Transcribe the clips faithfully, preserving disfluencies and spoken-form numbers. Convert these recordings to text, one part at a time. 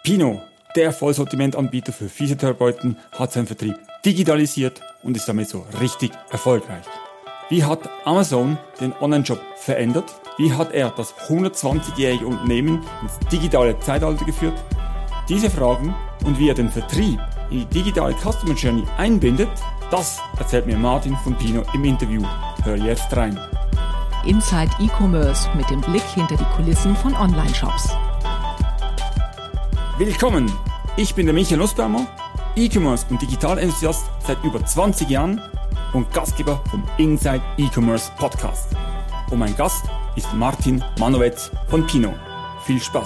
Pino, der Vollsortimentanbieter für Physiotherapeuten, hat seinen Vertrieb digitalisiert und ist damit so richtig erfolgreich. Wie hat Amazon den Online-Shop verändert? Wie hat er das hundertzwanzigjährige Unternehmen ins digitale Zeitalter geführt? Diese Fragen und wie er den Vertrieb in die digitale Customer Journey einbindet, das erzählt mir Martin von Pino im Interview. Hör jetzt rein. Inside E-Commerce mit dem Blick hinter die Kulissen von Online-Shops. Willkommen, ich bin der Michael Nussbaumer, E-Commerce und Digital-Enthusiast seit über zwanzig Jahren und Gastgeber vom Inside E-Commerce Podcast. Und mein Gast ist Martin Manowetz von Pino. Viel Spaß!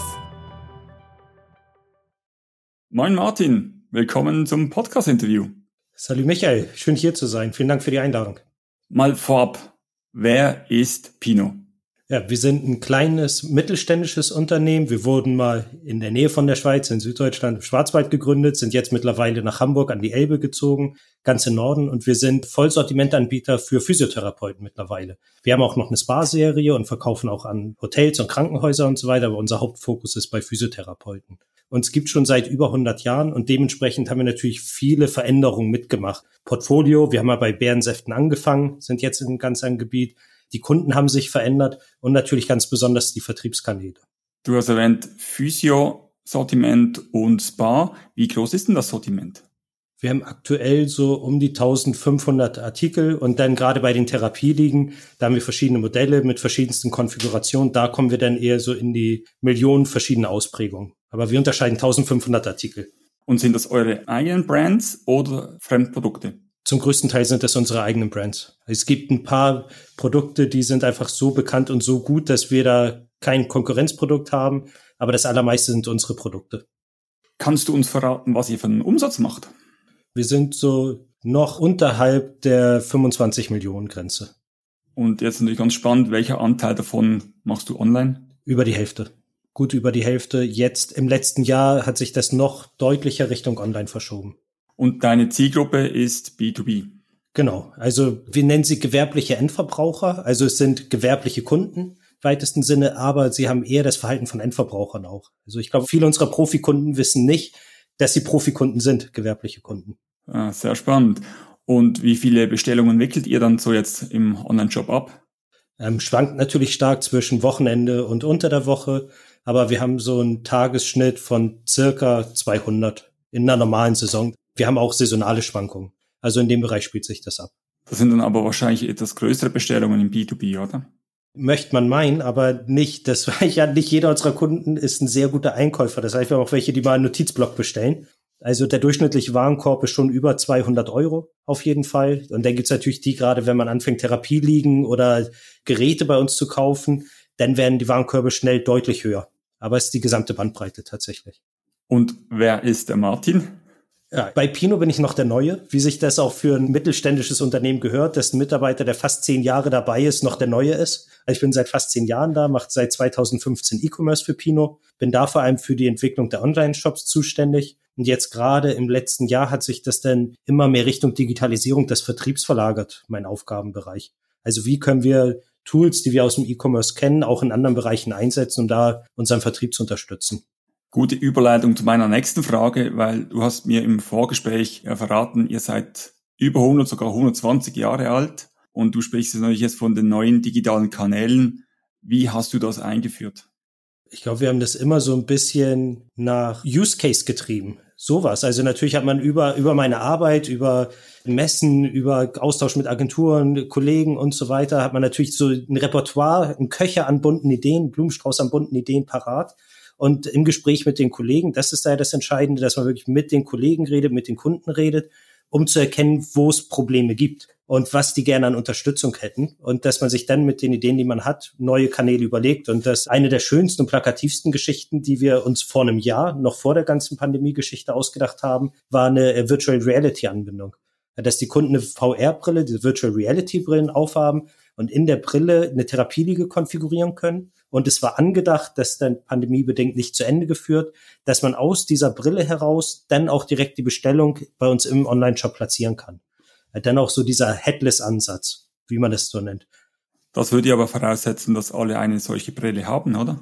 Moin Martin, willkommen zum Podcast-Interview. Salut Michael, schön hier zu sein. Vielen Dank für die Einladung. Mal vorab, wer ist Pino? Ja, wir sind ein kleines mittelständisches Unternehmen. Wir wurden mal in der Nähe von der Schweiz, in Süddeutschland, im Schwarzwald gegründet, sind jetzt mittlerweile nach Hamburg an die Elbe gezogen, ganz im Norden. Und wir sind Vollsortimentanbieter für Physiotherapeuten mittlerweile. Wir haben auch noch eine Spa-Serie und verkaufen auch an Hotels und Krankenhäuser und so weiter. Aber unser Hauptfokus ist bei Physiotherapeuten. Uns gibt schon seit über hundert Jahren und dementsprechend haben wir natürlich viele Veränderungen mitgemacht. Portfolio, wir haben mal bei Beerensäften angefangen, sind jetzt in ganz einem Gebiet. Die Kunden haben sich verändert und natürlich ganz besonders die Vertriebskanäle. Du hast erwähnt Physio-Sortiment und Spa. Wie groß ist denn das Sortiment? Wir haben aktuell so um die eintausendfünfhundert Artikel und dann gerade bei den Therapieliegen, da haben wir verschiedene Modelle mit verschiedensten Konfigurationen. Da kommen wir dann eher so in die Millionen verschiedene Ausprägungen. Aber wir unterscheiden eintausendfünfhundert Artikel. Und sind das eure eigenen Brands oder Fremdprodukte? Zum größten Teil sind das unsere eigenen Brands. Es gibt ein paar Produkte, die sind einfach so bekannt und so gut, dass wir da kein Konkurrenzprodukt haben. Aber das allermeiste sind unsere Produkte. Kannst du uns verraten, was ihr für einen Umsatz macht? Wir sind so noch unterhalb der fünfundzwanzig Millionen Grenze. Und jetzt natürlich ganz spannend, welcher Anteil davon machst du online? Über die Hälfte. Gut über die Hälfte. Jetzt im letzten Jahr hat sich das noch deutlicher Richtung Online verschoben. Und deine Zielgruppe ist B zwei B? Genau. Also wir nennen sie gewerbliche Endverbraucher. Also es sind gewerbliche Kunden im weitesten Sinne, aber sie haben eher das Verhalten von Endverbrauchern auch. Also ich glaube, viele unserer Profikunden wissen nicht, dass sie Profikunden sind, gewerbliche Kunden. Ah, sehr spannend. Und wie viele Bestellungen wickelt ihr dann so jetzt im Online-Shop ab? Ähm, schwankt natürlich stark zwischen Wochenende und unter der Woche, aber wir haben so einen Tagesschnitt von circa zweihundert in einer normalen Saison. Wir haben auch saisonale Schwankungen. Also in dem Bereich spielt sich das ab. Das sind dann aber wahrscheinlich etwas größere Bestellungen im B zwei B, oder? Möchte man meinen, aber nicht. Das weiß ja nicht jeder unserer Kunden ist ein sehr guter Einkäufer. Das heißt, wir haben auch welche, die mal einen Notizblock bestellen. Also der durchschnittliche Warenkorb ist schon über zweihundert Euro auf jeden Fall. Und dann gibt's natürlich die, gerade wenn man anfängt, Therapieliegen oder Geräte bei uns zu kaufen, dann werden die Warenkörbe schnell deutlich höher. Aber es ist die gesamte Bandbreite tatsächlich. Und wer ist der Martin? Ja, bei Pino bin ich noch der Neue, wie sich das auch für ein mittelständisches Unternehmen gehört, dass ein Mitarbeiter, der fast zehn Jahre dabei ist, noch der Neue ist. Also ich bin seit fast zehn Jahren da, mache seit zweitausendfünfzehn E-Commerce für Pino, bin da vor allem für die Entwicklung der Online-Shops zuständig. Und jetzt gerade im letzten Jahr hat sich das dann immer mehr Richtung Digitalisierung des Vertriebs verlagert, mein Aufgabenbereich. Also wie können wir Tools, die wir aus dem E-Commerce kennen, auch in anderen Bereichen einsetzen, um da unseren Vertrieb zu unterstützen? Gute Überleitung zu meiner nächsten Frage, weil du hast mir im Vorgespräch verraten, ihr seid über hundert, sogar hundertzwanzig Jahre alt und du sprichst natürlich jetzt von den neuen digitalen Kanälen. Wie hast du das eingeführt? Ich glaube, wir haben das immer so ein bisschen nach Use Case getrieben. Sowas. Also natürlich hat man über, über meine Arbeit, über Messen, über Austausch mit Agenturen, Kollegen und so weiter, hat man natürlich so ein Repertoire, ein Köcher an bunten Ideen, Blumenstrauß an bunten Ideen parat. Und im Gespräch mit den Kollegen, das ist da das Entscheidende, dass man wirklich mit den Kollegen redet, mit den Kunden redet, um zu erkennen, wo es Probleme gibt und was die gerne an Unterstützung hätten. Und dass man sich dann mit den Ideen, die man hat, neue Kanäle überlegt. Und das eine der schönsten und plakativsten Geschichten, die wir uns vor einem Jahr, noch vor der ganzen Pandemie-Geschichte ausgedacht haben, war eine Virtual Reality-Anbindung. Dass die Kunden eine V R-Brille, diese Virtual Reality-Brillen aufhaben und in der Brille eine Therapieliege konfigurieren können. Und es war angedacht, das dann pandemiebedingt nicht zu Ende geführt, dass man aus dieser Brille heraus dann auch direkt die Bestellung bei uns im Online-Shop platzieren kann. Dann auch so dieser Headless-Ansatz, wie man das so nennt. Das würde aber voraussetzen, dass alle eine solche Brille haben, oder?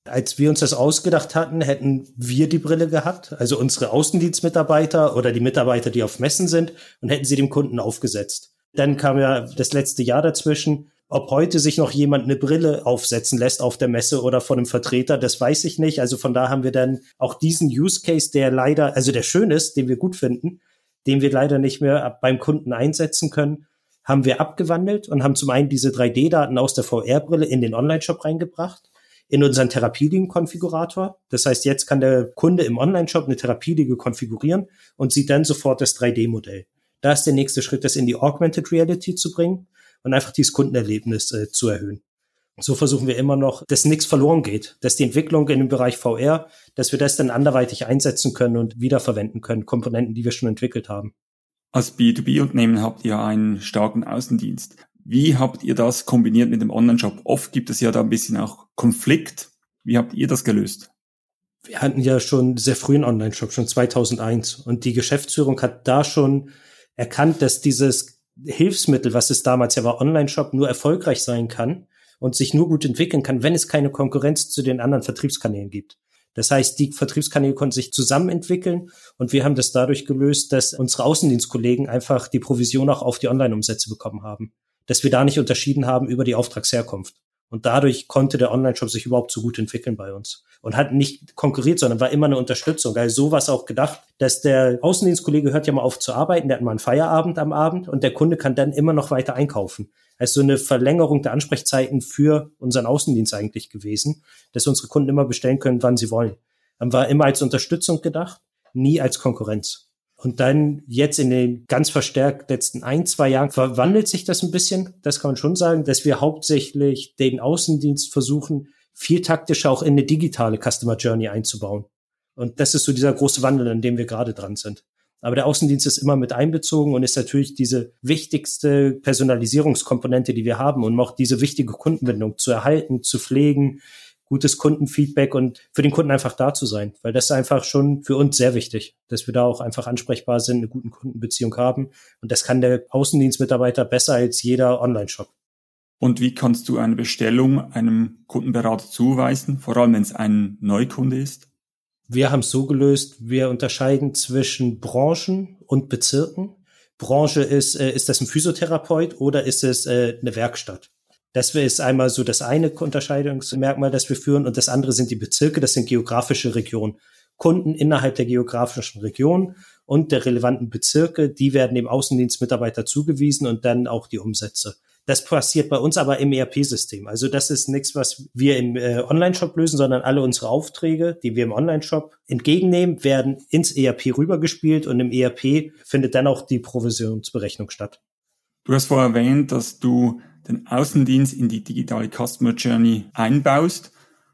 Als wir uns das ausgedacht hatten, hätten wir die Brille gehabt, also unsere Außendienstmitarbeiter oder die Mitarbeiter, die auf Messen sind, und hätten sie dem Kunden aufgesetzt. Dann kam ja das letzte Jahr dazwischen. Ob heute sich noch jemand eine Brille aufsetzen lässt auf der Messe oder von einem Vertreter, das weiß ich nicht. Also von da haben wir dann auch diesen Use Case, der leider, also der schön ist, den wir gut finden, den wir leider nicht mehr beim Kunden einsetzen können, haben wir abgewandelt und haben zum einen diese drei D Daten aus der V R-Brille in den Online-Shop reingebracht, in unseren Therapieliegen-Konfigurator. Das heißt, jetzt kann der Kunde im Online-Shop eine Therapieliege konfigurieren und sieht dann sofort das drei D Modell. Da ist der nächste Schritt, das in die Augmented Reality zu bringen und einfach dieses Kundenerlebnis äh, zu erhöhen. So versuchen wir immer noch, dass nichts verloren geht, dass die Entwicklung in dem Bereich V R, dass wir das dann anderweitig einsetzen können und wiederverwenden können, Komponenten, die wir schon entwickelt haben. Als B zwei B-Unternehmen habt ihr einen starken Außendienst. Wie habt ihr das kombiniert mit dem Online-Shop? Oft gibt es ja da ein bisschen auch Konflikt. Wie habt ihr das gelöst? Wir hatten ja schon sehr früh einen Online-Shop, schon zweitausendeins. Und die Geschäftsführung hat da schon erkannt, dass dieses Hilfsmittel, was es damals ja war, Online-Shop, nur erfolgreich sein kann und sich nur gut entwickeln kann, wenn es keine Konkurrenz zu den anderen Vertriebskanälen gibt. Das heißt, die Vertriebskanäle konnten sich zusammen entwickeln und wir haben das dadurch gelöst, dass unsere Außendienstkollegen einfach die Provision auch auf die Online-Umsätze bekommen haben. Dass wir da nicht unterschieden haben über die Auftragsherkunft. Und dadurch konnte der Online-Shop sich überhaupt so gut entwickeln bei uns. Und hat nicht konkurriert, sondern war immer eine Unterstützung. Also so war es auch gedacht, dass der Außendienstkollege hört ja mal auf zu arbeiten, der hat mal einen Feierabend am Abend und der Kunde kann dann immer noch weiter einkaufen. Also so eine Verlängerung der Ansprechzeiten für unseren Außendienst eigentlich gewesen, dass unsere Kunden immer bestellen können, wann sie wollen. Dann war immer als Unterstützung gedacht, nie als Konkurrenz. Und dann jetzt in den ganz verstärkt letzten ein, zwei Jahren verwandelt sich das ein bisschen. Das kann man schon sagen, dass wir hauptsächlich den Außendienst versuchen, viel taktischer auch in eine digitale Customer Journey einzubauen. Und das ist so dieser große Wandel, an dem wir gerade dran sind. Aber der Außendienst ist immer mit einbezogen und ist natürlich diese wichtigste Personalisierungskomponente, die wir haben, um auch diese wichtige Kundenbindung zu erhalten, zu pflegen, gutes Kundenfeedback und für den Kunden einfach da zu sein. Weil das ist einfach schon für uns sehr wichtig, dass wir da auch einfach ansprechbar sind, eine gute Kundenbeziehung haben. Und das kann der Außendienstmitarbeiter besser als jeder Online-Shop. Und wie kannst du eine Bestellung einem Kundenberater zuweisen, vor allem wenn es ein Neukunde ist? Wir haben es so gelöst, wir unterscheiden zwischen Branchen und Bezirken. Branche ist, äh, ist das ein Physiotherapeut oder ist es äh, eine Werkstatt? Das ist einmal so das eine Unterscheidungsmerkmal, das wir führen. Und das andere sind die Bezirke, das sind geografische Regionen. Kunden innerhalb der geografischen Region und der relevanten Bezirke, die werden dem Außendienstmitarbeiter zugewiesen und dann auch die Umsätze. Das passiert bei uns aber im E R P-System. Also das ist nichts, was wir im äh, Online-Shop lösen, sondern alle unsere Aufträge, die wir im Online-Shop entgegennehmen, werden ins E R P rübergespielt und im E R P findet dann auch die Provisionsberechnung statt. Du hast vorher erwähnt, dass du den Außendienst in die digitale Customer Journey einbaust.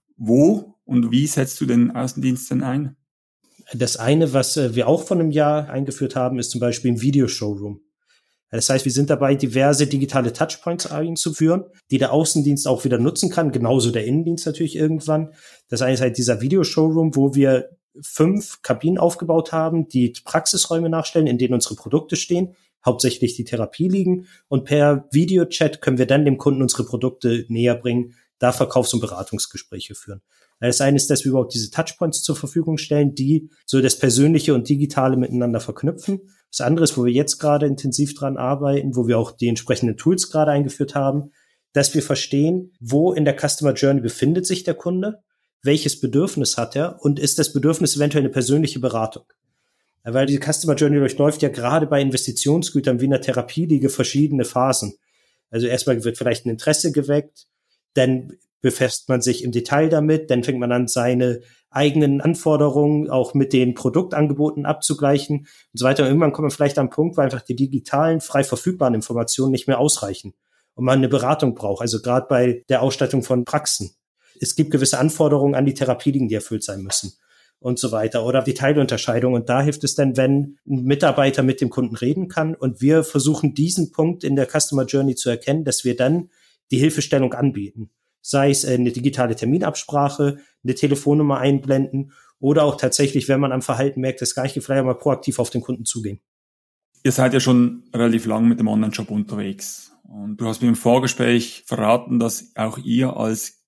Wo und wie setzt du den Außendienst denn ein? Das eine, was wir auch vor einem Jahr eingeführt haben, ist zum Beispiel ein Video-Showroom. Das heißt, wir sind dabei, diverse digitale Touchpoints einzuführen, die der Außendienst auch wieder nutzen kann, genauso der Innendienst natürlich irgendwann. Das eine ist halt dieser Video-Showroom, wo wir fünf Kabinen aufgebaut haben, die Praxisräume nachstellen, in denen unsere Produkte stehen, hauptsächlich die Therapieliegen. Und per Videochat können wir dann dem Kunden unsere Produkte näher bringen, da Verkaufs- und Beratungsgespräche führen. Das eine ist, dass wir überhaupt diese Touchpoints zur Verfügung stellen, die so das Persönliche und Digitale miteinander verknüpfen. Das andere ist, wo wir jetzt gerade intensiv dran arbeiten, wo wir auch die entsprechenden Tools gerade eingeführt haben, dass wir verstehen, wo in der Customer Journey befindet sich der Kunde, welches Bedürfnis hat er und ist das Bedürfnis eventuell eine persönliche Beratung. Weil die Customer Journey durchläuft ja gerade bei Investitionsgütern wie einer Therapieliege verschiedene Phasen. Also erstmal wird vielleicht ein Interesse geweckt, dann befasst man sich im Detail damit, dann fängt man an, seine eigenen Anforderungen auch mit den Produktangeboten abzugleichen und so weiter. Und irgendwann kommt man vielleicht an einen Punkt, wo einfach die digitalen, frei verfügbaren Informationen nicht mehr ausreichen und man eine Beratung braucht, also gerade bei der Ausstattung von Praxen. Es gibt gewisse Anforderungen an die Therapieliegen, die erfüllt sein müssen und so weiter oder Detailunterscheidung. Und da hilft es dann, wenn ein Mitarbeiter mit dem Kunden reden kann und wir versuchen, diesen Punkt in der Customer Journey zu erkennen, dass wir dann die Hilfestellung anbieten. Sei es eine digitale Terminabsprache, eine Telefonnummer einblenden oder auch tatsächlich, wenn man am Verhalten merkt, das Gleiche, vielleicht mal proaktiv auf den Kunden zugehen. Ihr seid ja schon relativ lang mit dem Online-Shop unterwegs und du hast mir im Vorgespräch verraten, dass auch ihr als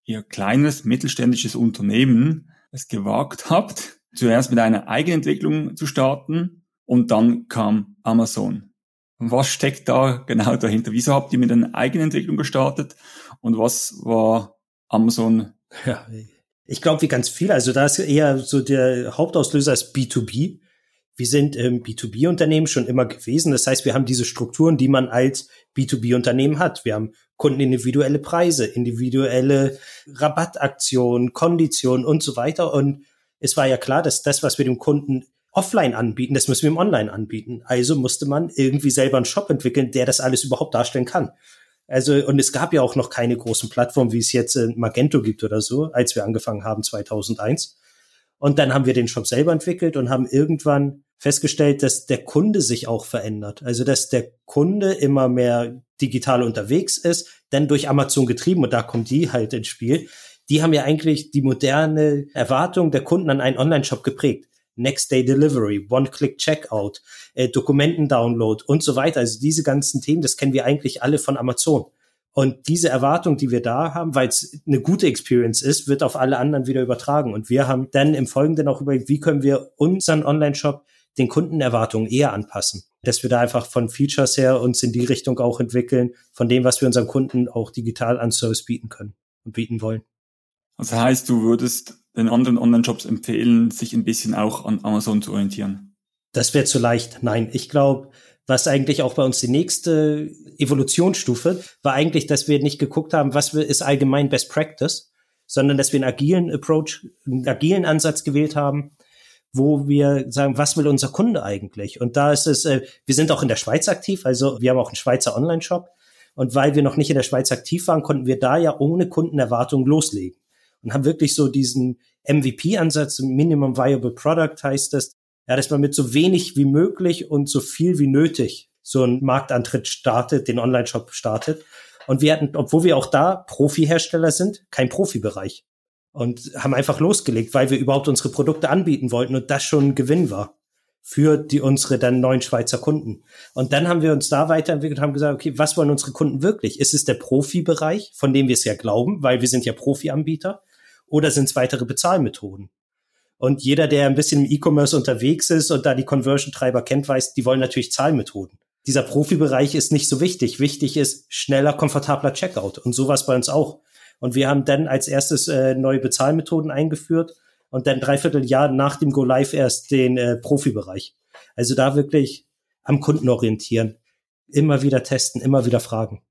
ihr kleines mittelständisches Unternehmen es gewagt habt, zuerst mit einer Eigenentwicklung zu starten und dann kam Amazon. Was steckt da genau dahinter? Wieso habt ihr mit einer Eigenentwicklung gestartet und was war Amazon? Ja, ich glaube, wie ganz viel. Also da ist eher so der Hauptauslöser ist B zwei B. Wir sind im B zwei B-Unternehmen schon immer gewesen. Das heißt, wir haben diese Strukturen, die man als B zwei B-Unternehmen hat. Wir haben kundenindividuelle Preise, individuelle Rabattaktionen, Konditionen und so weiter. Und es war ja klar, dass das, was wir dem Kunden offline anbieten, das müssen wir im Online anbieten. Also musste man irgendwie selber einen Shop entwickeln, der das alles überhaupt darstellen kann. Also, und es gab ja auch noch keine großen Plattformen, wie es jetzt in Magento gibt oder so, als wir angefangen haben zweitausendeins. Und dann haben wir den Shop selber entwickelt und haben irgendwann festgestellt, dass der Kunde sich auch verändert. Also, dass der Kunde immer mehr digital unterwegs ist, dann durch Amazon getrieben, und da kommen die halt ins Spiel. Die haben ja eigentlich die moderne Erwartung der Kunden an einen Online-Shop geprägt. Next-Day-Delivery, One-Click-Checkout, äh, Dokumenten-Download und so weiter. Also diese ganzen Themen, das kennen wir eigentlich alle von Amazon. Und diese Erwartung, die wir da haben, weil es eine gute Experience ist, wird auf alle anderen wieder übertragen. Und wir haben dann im Folgenden auch überlegt, wie können wir unseren Online-Shop den Kundenerwartungen eher anpassen. Dass wir da einfach von Features her uns in die Richtung auch entwickeln, von dem, was wir unseren Kunden auch digital an Service bieten können und bieten wollen. Das heißt, du würdest den anderen Online-Shops empfehlen, sich ein bisschen auch an Amazon zu orientieren? Das wäre zu leicht. Nein, ich glaube, was eigentlich auch bei uns die nächste Evolutionsstufe war eigentlich, dass wir nicht geguckt haben, was ist allgemein Best Practice, sondern dass wir einen agilen Approach, einen agilen Ansatz gewählt haben, wo wir sagen, was will unser Kunde eigentlich? Und da ist es, äh, wir sind auch in der Schweiz aktiv, also wir haben auch einen Schweizer Online-Shop. Und weil wir noch nicht in der Schweiz aktiv waren, konnten wir da ja ohne Kundenerwartung loslegen. Und haben wirklich so diesen M V P-Ansatz, Minimum Viable Product heißt das, ja, dass man mit so wenig wie möglich und so viel wie nötig so einen Marktantritt startet, den Online-Shop startet. Und wir hatten, obwohl wir auch da Profi-Hersteller sind, kein Profibereich. Und haben einfach losgelegt, weil wir überhaupt unsere Produkte anbieten wollten und das schon ein Gewinn war für die unsere dann neuen Schweizer Kunden. Und dann haben wir uns da weiterentwickelt und haben gesagt, okay, was wollen unsere Kunden wirklich? Ist es der Profibereich, von dem wir es ja glauben, weil wir sind ja Profi-Anbieter? Oder sind es weitere Bezahlmethoden? Und jeder, der ein bisschen im E-Commerce unterwegs ist und da die Conversion-Treiber kennt, weiß, die wollen natürlich Zahlmethoden. Dieser Profibereich ist nicht so wichtig. Wichtig ist schneller, komfortabler Checkout. Und sowas bei uns auch. Und wir haben dann als erstes äh, neue Bezahlmethoden eingeführt und dann dreiviertel Jahr nach dem Go-Live erst den äh, Profibereich. Also da wirklich am Kunden orientieren. Immer wieder testen, immer wieder fragen.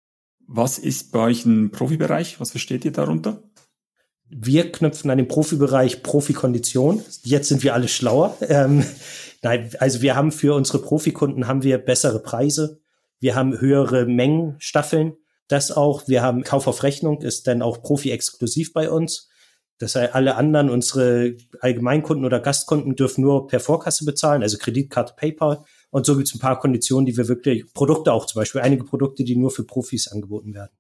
Was ist bei euch ein Profibereich? Was versteht ihr darunter? Wir knüpfen an den Profibereich Profikondition. Jetzt sind wir alle schlauer. Ähm, nein, also wir haben für unsere Profikunden haben wir bessere Preise. Wir haben höhere Mengenstaffeln. Das auch. Wir haben Kauf auf Rechnung, ist dann auch Profi-exklusiv bei uns. Das heißt, alle anderen, unsere Allgemeinkunden oder Gastkunden dürfen nur per Vorkasse bezahlen, also Kreditkarte, PayPal. Und so gibt es ein paar Konditionen, die wir wirklich, Produkte auch zum Beispiel, einige Produkte, die nur für Profis angeboten werden.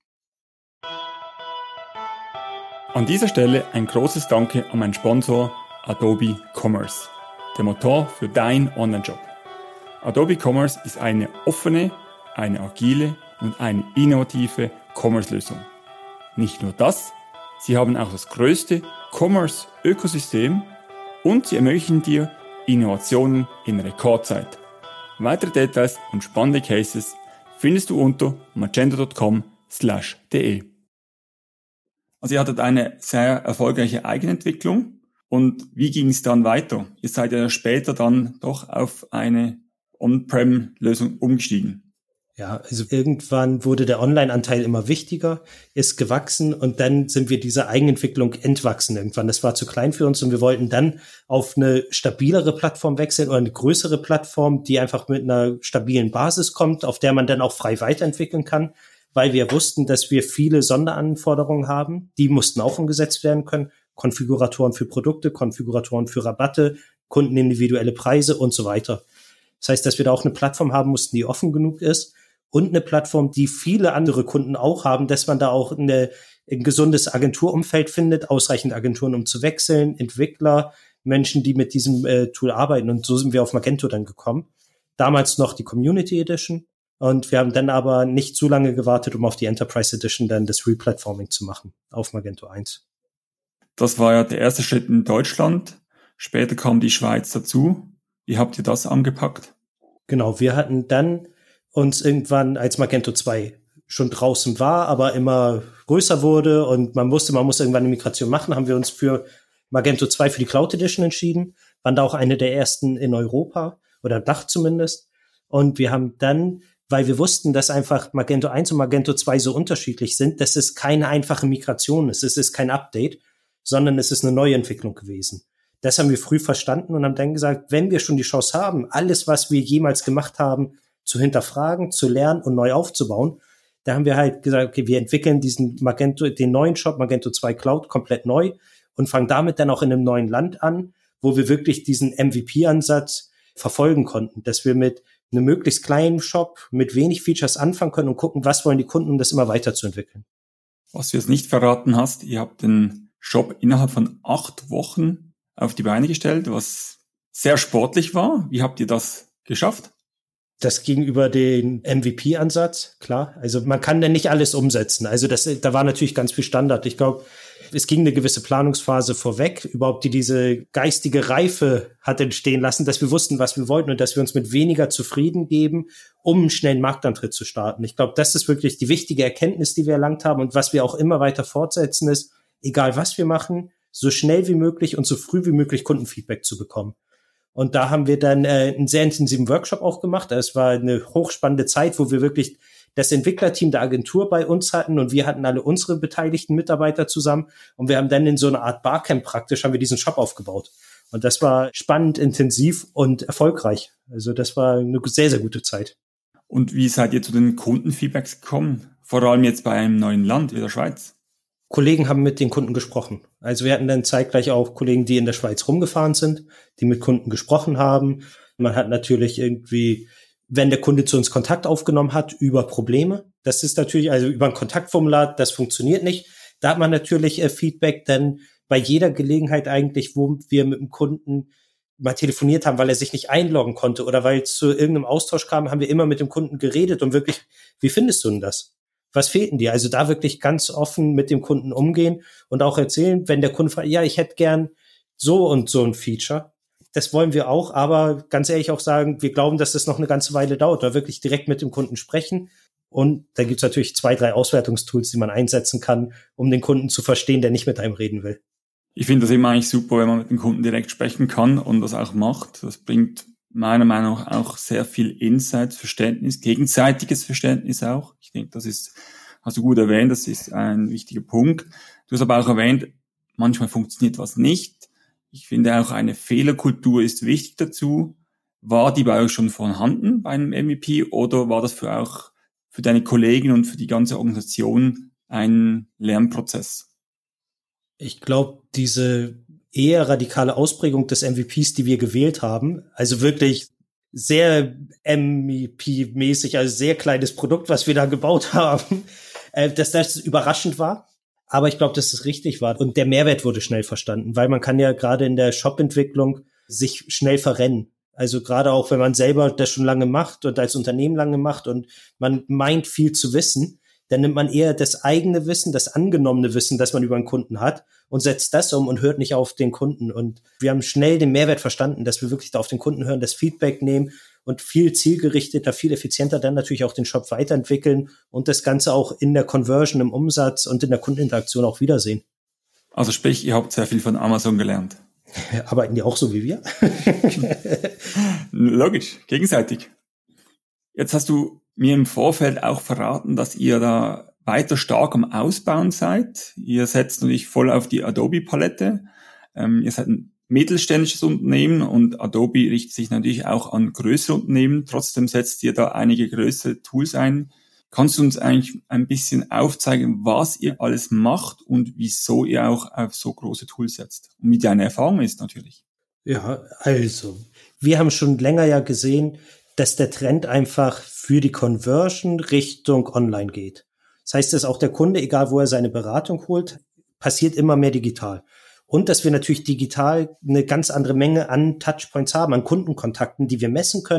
An dieser Stelle ein großes Danke an meinen Sponsor Adobe Commerce, der Motor für dein Online-Shop. Adobe Commerce ist eine offene, eine agile und eine innovative Commerce-Lösung. Nicht nur das, sie haben auch das größte Commerce-Ökosystem und sie ermöglichen dir Innovationen in Rekordzeit. Weitere Details und spannende Cases findest du unter magento punkt com slash de. Also ihr hattet eine sehr erfolgreiche Eigenentwicklung. Und wie ging es dann weiter? Ihr seid ja später dann doch auf eine On-Prem-Lösung umgestiegen. Ja, also irgendwann wurde der Online-Anteil immer wichtiger, ist gewachsen und dann sind wir dieser Eigenentwicklung entwachsen irgendwann. Das war zu klein für uns und wir wollten dann auf eine stabilere Plattform wechseln oder eine größere Plattform, die einfach mit einer stabilen Basis kommt, auf der man dann auch frei weiterentwickeln kann, weil wir wussten, dass wir viele Sonderanforderungen haben. Die mussten auch umgesetzt werden können. Konfiguratoren für Produkte, Konfiguratoren für Rabatte, kundenindividuelle Preise und so weiter. Das heißt, dass wir da auch eine Plattform haben mussten, die offen genug ist und eine Plattform, die viele andere Kunden auch haben, dass man da auch eine, ein gesundes Agenturumfeld findet, ausreichend Agenturen, um zu wechseln, Entwickler, Menschen, die mit diesem äh, Tool arbeiten. Und so sind wir auf Magento dann gekommen. Damals noch die Community Edition. Und wir haben dann aber nicht zu lange gewartet, um auf die Enterprise Edition dann das Replatforming zu machen auf Magento eins. Das war ja der erste Schritt in Deutschland. Später kam die Schweiz dazu. Wie habt ihr das angepackt? Genau, wir hatten dann uns irgendwann, als Magento zwei schon draußen war, aber immer größer wurde und man wusste, man muss irgendwann eine Migration machen, haben wir uns für Magento zwei für die Cloud Edition entschieden. Waren da auch eine der ersten in Europa oder Dach zumindest. Und wir haben dann, weil wir wussten, dass einfach Magento eins und Magento zwei so unterschiedlich sind, dass es keine einfache Migration ist. Es ist kein Update, sondern es ist eine Neuentwicklung gewesen. Das haben wir früh verstanden und haben dann gesagt, wenn wir schon die Chance haben, alles, was wir jemals gemacht haben, zu hinterfragen, zu lernen und neu aufzubauen, da haben wir halt gesagt, okay, wir entwickeln diesen Magento, den neuen Shop Magento zwei Cloud komplett neu und fangen damit dann auch in einem neuen Land an, wo wir wirklich diesen M V P-Ansatz verfolgen konnten, dass wir mit einem möglichst kleinen Shop mit wenig Features anfangen können und gucken, was wollen die Kunden, um das immer weiterzuentwickeln. Was du jetzt nicht verraten hast, ihr habt den Shop innerhalb von acht Wochen auf die Beine gestellt, was sehr sportlich war. Wie habt ihr das geschafft? Das ging über den M V P-Ansatz, klar. Also man kann denn nicht alles umsetzen. Also das, da war natürlich ganz viel Standard. Ich glaube, es ging eine gewisse Planungsphase vorweg, überhaupt die diese geistige Reife hat entstehen lassen, dass wir wussten, was wir wollten und dass wir uns mit weniger zufrieden geben, um einen schnellen Marktantritt zu starten. Ich glaube, das ist wirklich die wichtige Erkenntnis, die wir erlangt haben und was wir auch immer weiter fortsetzen ist, egal was wir machen, so schnell wie möglich und so früh wie möglich Kundenfeedback zu bekommen. Und da haben wir dann äh, einen sehr intensiven Workshop auch gemacht. Es war eine hochspannende Zeit, wo wir wirklich das Entwicklerteam der Agentur bei uns hatten und wir hatten alle unsere beteiligten Mitarbeiter zusammen und wir haben dann in so einer Art Barcamp praktisch, haben wir diesen Shop aufgebaut. Und das war spannend, intensiv und erfolgreich. Also das war eine sehr, sehr gute Zeit. Und wie seid ihr zu den Kundenfeedbacks gekommen? Vor allem jetzt bei einem neuen Land wie der Schweiz. Kollegen haben mit den Kunden gesprochen. Also wir hatten dann zeitgleich auch Kollegen, die in der Schweiz rumgefahren sind, die mit Kunden gesprochen haben. Man hat natürlich irgendwie, wenn der Kunde zu uns Kontakt aufgenommen hat, über Probleme. Das ist natürlich, also über ein Kontaktformular, das funktioniert nicht. Da hat man natürlich äh, Feedback dann bei jeder Gelegenheit eigentlich, wo wir mit dem Kunden mal telefoniert haben, weil er sich nicht einloggen konnte oder weil es zu irgendeinem Austausch kam, haben wir immer mit dem Kunden geredet und wirklich, wie findest du denn das? Was fehlt denn dir? Also da wirklich ganz offen mit dem Kunden umgehen und auch erzählen, wenn der Kunde fragt, ja, ich hätte gern so und so ein Feature. Das wollen wir auch, aber ganz ehrlich auch sagen, wir glauben, dass das noch eine ganze Weile dauert, da wirklich direkt mit dem Kunden sprechen. Und da gibt's natürlich zwei, drei Auswertungstools, die man einsetzen kann, um den Kunden zu verstehen, der nicht mit einem reden will. Ich finde das immer eigentlich super, wenn man mit dem Kunden direkt sprechen kann und das auch macht. Das bringt meiner Meinung nach auch sehr viel Insight, Verständnis, gegenseitiges Verständnis auch. Ich denke, das ist, hast du gut erwähnt, das ist ein wichtiger Punkt. Du hast aber auch erwähnt, manchmal funktioniert was nicht. Ich finde auch eine Fehlerkultur ist wichtig dazu. War die bei euch schon vorhanden bei einem M V P oder war das für auch für deine Kollegen und für die ganze Organisation ein Lernprozess? Ich glaube, diese eher radikale Ausprägung des M V Ps, die wir gewählt haben, also wirklich sehr M V P-mäßig, also sehr kleines Produkt, was wir da gebaut haben, äh, dass das überraschend war. Aber ich glaube, dass es richtig war. Und der Mehrwert wurde schnell verstanden, weil man kann ja gerade in der Shop-Entwicklung sich schnell verrennen. Also gerade auch, wenn man selber das schon lange macht und als Unternehmen lange macht und man meint, viel zu wissen, dann nimmt man eher das eigene Wissen, das angenommene Wissen, das man über einen Kunden hat und setzt das um und hört nicht auf den Kunden. Und wir haben schnell den Mehrwert verstanden, dass wir wirklich da auf den Kunden hören, das Feedback nehmen und viel zielgerichteter, viel effizienter dann natürlich auch den Shop weiterentwickeln und das Ganze auch in der Conversion, im Umsatz und in der Kundeninteraktion auch wiedersehen. Also sprich, ihr habt sehr viel von Amazon gelernt. Arbeiten die auch so wie wir? Logisch, gegenseitig. Jetzt hast du mir im Vorfeld auch verraten, dass ihr da weiter stark am Ausbauen seid. Ihr setzt natürlich voll auf die Adobe-Palette. Ähm, ihr seid ein mittelständisches Unternehmen und Adobe richtet sich natürlich auch an größere Unternehmen. Trotzdem setzt ihr da einige größere Tools ein. Kannst du uns eigentlich ein bisschen aufzeigen, was ihr alles macht und wieso ihr auch auf so große Tools setzt? Und wie deine Erfahrung ist natürlich. Ja, also, wir haben schon länger ja gesehen, dass der Trend einfach für die Conversion Richtung Online geht. Das heißt, dass auch der Kunde, egal wo er seine Beratung holt, passiert immer mehr digital. Und dass wir natürlich digital eine ganz andere Menge an Touchpoints haben, an Kundenkontakten, die wir messen können,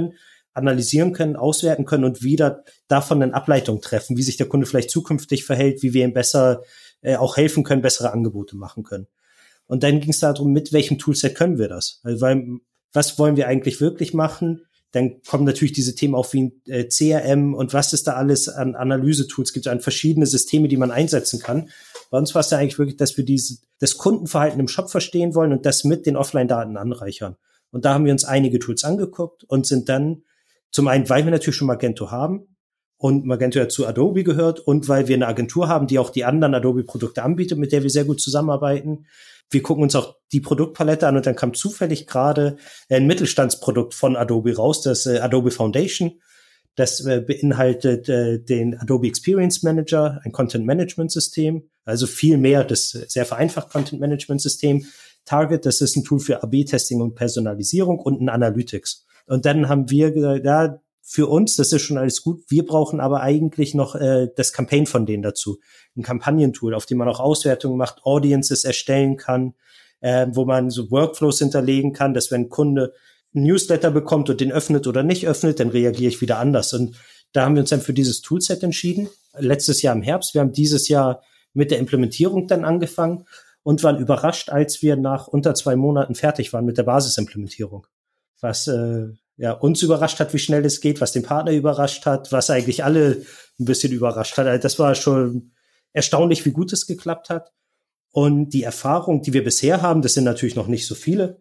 analysieren können, auswerten können und wieder davon eine Ableitung treffen, wie sich der Kunde vielleicht zukünftig verhält, wie wir ihm besser äh, auch helfen können, bessere Angebote machen können. Und dann ging es darum, mit welchem Toolset können wir das? Also, weil, was wollen wir eigentlich wirklich machen? Dann kommen natürlich diese Themen auf wie äh, C R M und was es da alles an Analyse-Tools gibt, an verschiedene Systeme, die man einsetzen kann. Bei uns war es ja eigentlich wirklich, dass wir diese, das Kundenverhalten im Shop verstehen wollen und das mit den Offline-Daten anreichern. Und da haben wir uns einige Tools angeguckt und sind dann zum einen, weil wir natürlich schon Magento haben und Magento ja zu Adobe gehört und weil wir eine Agentur haben, die auch die anderen Adobe-Produkte anbietet, mit der wir sehr gut zusammenarbeiten. Wir gucken uns auch die Produktpalette an und dann kam zufällig gerade ein Mittelstandsprodukt von Adobe raus, das äh, Adobe Foundation. Das äh, beinhaltet äh, den Adobe Experience Manager, ein Content-Management-System, also viel mehr, das sehr vereinfacht Content-Management-System. Target, das ist ein Tool für A B Testing und Personalisierung und ein Analytics. Und dann haben wir gesagt, ja, für uns, das ist schon alles gut, wir brauchen aber eigentlich noch äh, das Campaign von denen dazu. Ein Kampagnentool, auf dem man auch Auswertungen macht, Audiences erstellen kann, äh, wo man so Workflows hinterlegen kann, dass wenn ein Kunde ein Newsletter bekommt und den öffnet oder nicht öffnet, dann reagiere ich wieder anders. Und da haben wir uns dann für dieses Toolset entschieden. Letztes Jahr im Herbst. Wir haben dieses Jahr mit der Implementierung dann angefangen und waren überrascht, als wir nach unter zwei Monaten fertig waren mit der Basisimplementierung. Was äh, ja uns überrascht hat, wie schnell es geht, was den Partner überrascht hat, was eigentlich alle ein bisschen überrascht hat. Also das war schon erstaunlich, wie gut es geklappt hat. Und die Erfahrung, die wir bisher haben, das sind natürlich noch nicht so viele,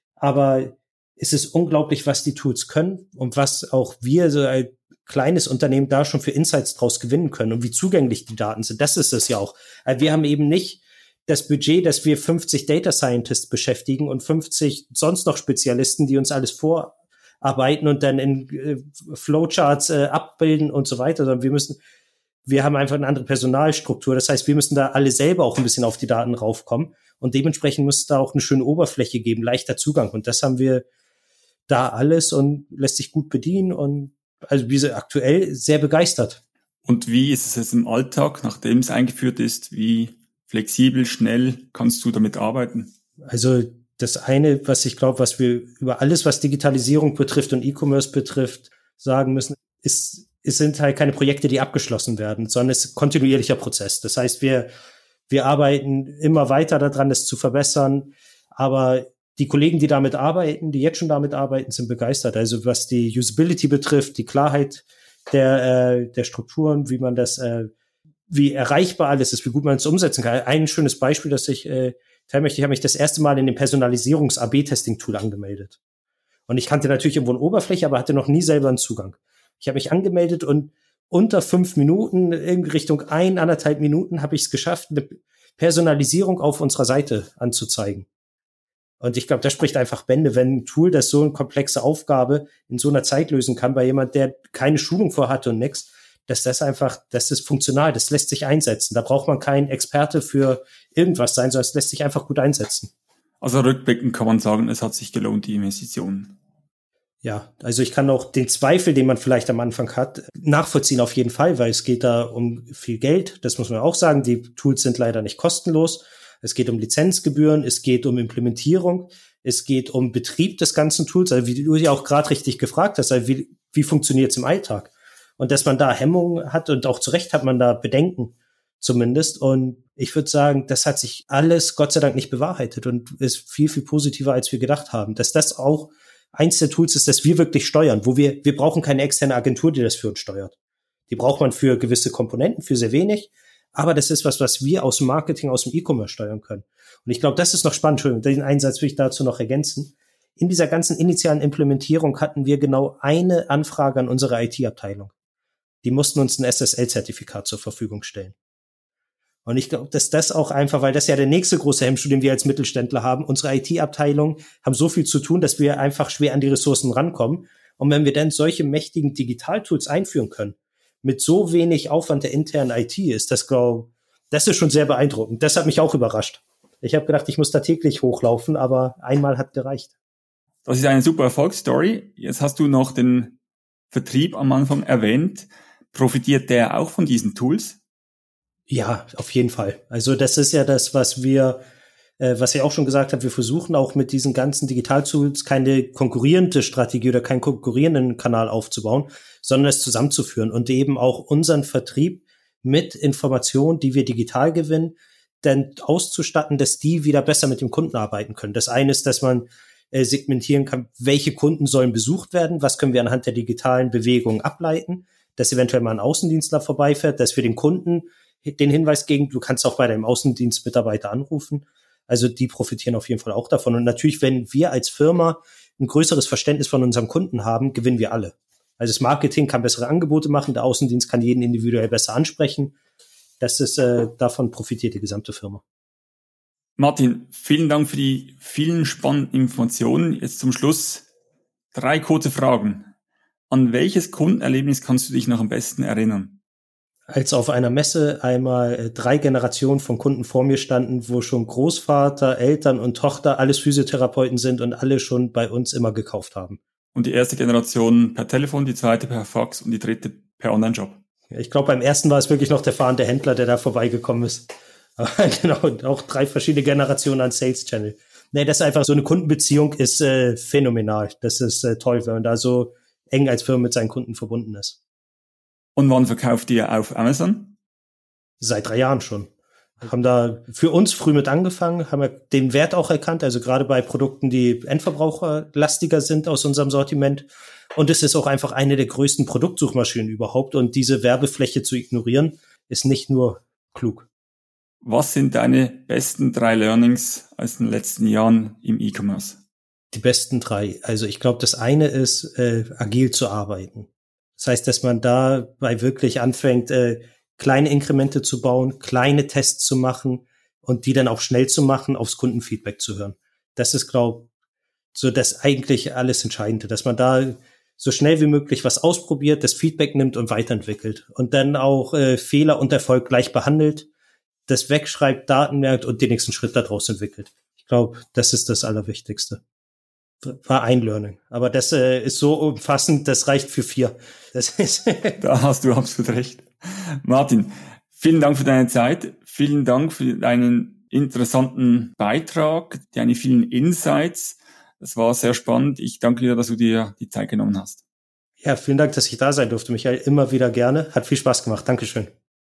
aber es ist unglaublich, was die Tools können und was auch wir so ein kleines Unternehmen da schon für Insights draus gewinnen können und wie zugänglich die Daten sind. Das ist es ja auch. Wir haben eben nicht das Budget, dass wir fünfzig Data Scientists beschäftigen und fünfzig sonst noch Spezialisten, die uns alles vorarbeiten und dann in äh, Flowcharts äh, abbilden und so weiter, sondern wir müssen, wir haben einfach eine andere Personalstruktur. Das heißt, wir müssen da alle selber auch ein bisschen auf die Daten raufkommen und dementsprechend muss es da auch eine schöne Oberfläche geben, leichter Zugang. Und das haben wir da alles und lässt sich gut bedienen und also wir sind aktuell sehr begeistert. Und wie ist es jetzt im Alltag, nachdem es eingeführt ist? Wie flexibel, schnell kannst du damit arbeiten? Also das eine, was ich glaube, was wir über alles, was Digitalisierung betrifft und E-Commerce betrifft, sagen müssen, ist, es sind halt keine Projekte, die abgeschlossen werden, sondern es ist ein kontinuierlicher Prozess. Das heißt, wir, wir arbeiten immer weiter daran, es zu verbessern, aber die Kollegen, die damit arbeiten, die jetzt schon damit arbeiten, sind begeistert. Also was die Usability betrifft, die Klarheit der, äh, der Strukturen, wie man das, äh, wie erreichbar alles ist, wie gut man es umsetzen kann. Ein schönes Beispiel, das ich äh, teilen möchte, ich habe mich das erste Mal in dem Personalisierungs-A B-Testing-Tool angemeldet. Und ich kannte natürlich irgendwo eine Oberfläche, aber hatte noch nie selber einen Zugang. Ich habe mich angemeldet und unter fünf Minuten, in Richtung ein, anderthalb Minuten, habe ich es geschafft, eine Personalisierung auf unserer Seite anzuzeigen. Und ich glaube, das spricht einfach Bände, wenn ein Tool, das so eine komplexe Aufgabe in so einer Zeit lösen kann, bei jemand, der keine Schulung vorhatte und nix, dass das einfach, das ist funktional, das lässt sich einsetzen. Da braucht man kein Experte für irgendwas sein, sondern es lässt sich einfach gut einsetzen. Also rückblickend kann man sagen, es hat sich gelohnt, die Investitionen. Ja, also ich kann auch den Zweifel, den man vielleicht am Anfang hat, nachvollziehen auf jeden Fall, weil es geht da um viel Geld, das muss man auch sagen. Die Tools sind leider nicht kostenlos. Es geht um Lizenzgebühren, es geht um Implementierung, es geht um Betrieb des ganzen Tools, also wie du ja auch gerade richtig gefragt hast, also wie, wie funktioniert es im Alltag? Und dass man da Hemmungen hat und auch zu Recht hat man da Bedenken zumindest. Und ich würde sagen, das hat sich alles Gott sei Dank nicht bewahrheitet und ist viel, viel positiver, als wir gedacht haben. Dass das auch eins der Tools ist, das wir wirklich steuern, wo wir, wir brauchen keine externe Agentur, die das für uns steuert. Die braucht man für gewisse Komponenten, für sehr wenig. Aber das ist was, was wir aus dem Marketing, aus dem E-Commerce steuern können. Und ich glaube, das ist noch spannend. Entschuldigung, den Einsatz will ich dazu noch ergänzen. In dieser ganzen initialen Implementierung hatten wir genau eine Anfrage an unsere I T-Abteilung. Die mussten uns ein S S L-Zertifikat zur Verfügung stellen. Und ich glaube, dass das auch einfach, weil das ja der nächste große Hemmschuh, den wir als Mittelständler haben. Unsere I T-Abteilungen haben so viel zu tun, dass wir einfach schwer an die Ressourcen rankommen. Und wenn wir dann solche mächtigen Digitaltools einführen können, mit so wenig Aufwand der internen I T ist, das glaube das ist schon sehr beeindruckend. Das hat mich auch überrascht. Ich habe gedacht, ich muss da täglich hochlaufen, aber einmal hat gereicht. Das ist eine super Erfolgsstory. Jetzt hast du noch den Vertrieb am Anfang erwähnt. Profitiert der auch von diesen Tools? Ja, auf jeden Fall. Also das ist ja das, was wir Äh, was ich auch schon gesagt habe, wir versuchen auch mit diesen ganzen Digital-Tools keine konkurrierende Strategie oder keinen konkurrierenden Kanal aufzubauen, sondern es zusammenzuführen und eben auch unseren Vertrieb mit Informationen, die wir digital gewinnen, dann auszustatten, dass die wieder besser mit dem Kunden arbeiten können. Das eine ist, dass man äh, segmentieren kann, welche Kunden sollen besucht werden, was können wir anhand der digitalen Bewegungen ableiten, dass eventuell mal ein Außendienstler vorbeifährt, dass wir den Kunden den Hinweis geben, du kannst auch bei deinem Außendienstmitarbeiter anrufen. Also die profitieren auf jeden Fall auch davon. Und natürlich, wenn wir als Firma ein größeres Verständnis von unserem Kunden haben, gewinnen wir alle. Also das Marketing kann bessere Angebote machen, der Außendienst kann jeden individuell besser ansprechen. Das ist, äh, davon profitiert die gesamte Firma. Martin, vielen Dank für die vielen spannenden Informationen. Jetzt zum Schluss drei kurze Fragen. An welches Kundenerlebnis kannst du dich noch am besten erinnern? Als auf einer Messe einmal äh, drei Generationen von Kunden vor mir standen, wo schon Großvater, Eltern und Tochter alles Physiotherapeuten sind und alle schon bei uns immer gekauft haben. Und die erste Generation per Telefon, die zweite per Fax und die dritte per Online-Job. Ich glaube, beim ersten war es wirklich noch der fahrende Händler, der da vorbeigekommen ist. Aber genau, und auch drei verschiedene Generationen an Sales Channel. Nee, das ist einfach so eine Kundenbeziehung ist äh, phänomenal. Das ist äh, toll, wenn man da so eng als Firma mit seinen Kunden verbunden ist. Und wann verkauft ihr auf Amazon? Seit drei Jahren schon. Haben da für uns früh mit angefangen, haben wir den Wert auch erkannt, also gerade bei Produkten, die endverbraucherlastiger sind aus unserem Sortiment. Und es ist auch einfach eine der größten Produktsuchmaschinen überhaupt. Und diese Werbefläche zu ignorieren, ist nicht nur klug. Was sind deine besten drei Learnings aus den letzten Jahren im E-Commerce? Die besten drei. Also ich glaube, das eine ist, äh, agil zu arbeiten. Das heißt, dass man dabei wirklich anfängt, äh, kleine Inkremente zu bauen, kleine Tests zu machen und die dann auch schnell zu machen, aufs Kundenfeedback zu hören. Das ist, glaube ich, so das eigentlich alles Entscheidende, dass man da so schnell wie möglich was ausprobiert, das Feedback nimmt und weiterentwickelt und dann auch äh, Fehler und Erfolg gleich behandelt, das wegschreibt, Daten merkt und den nächsten Schritt daraus entwickelt. Ich glaube, das ist das Allerwichtigste. War ein Learning. Aber das äh, ist so umfassend, das reicht für vier. Das ist da hast du absolut recht. Martin, vielen Dank für deine Zeit. Vielen Dank für deinen interessanten Beitrag, deine vielen Insights. Das war sehr spannend. Ich danke dir, dass du dir die Zeit genommen hast. Ja, vielen Dank, dass ich da sein durfte, Michael. Immer wieder gerne. Hat viel Spaß gemacht. Dankeschön.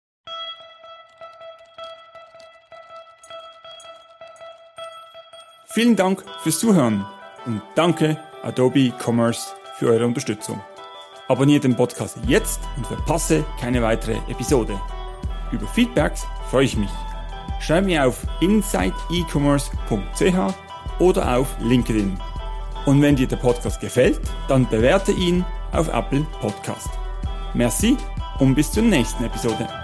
Vielen Dank fürs Zuhören. Und danke Adobe Commerce für eure Unterstützung. Abonniert den Podcast jetzt und verpasse keine weitere Episode. Über Feedbacks freue ich mich. Schreib mir auf inside e commerce punkt c h oder auf LinkedIn. Und wenn dir der Podcast gefällt, dann bewerte ihn auf Apple Podcast. Merci und bis zur nächsten Episode.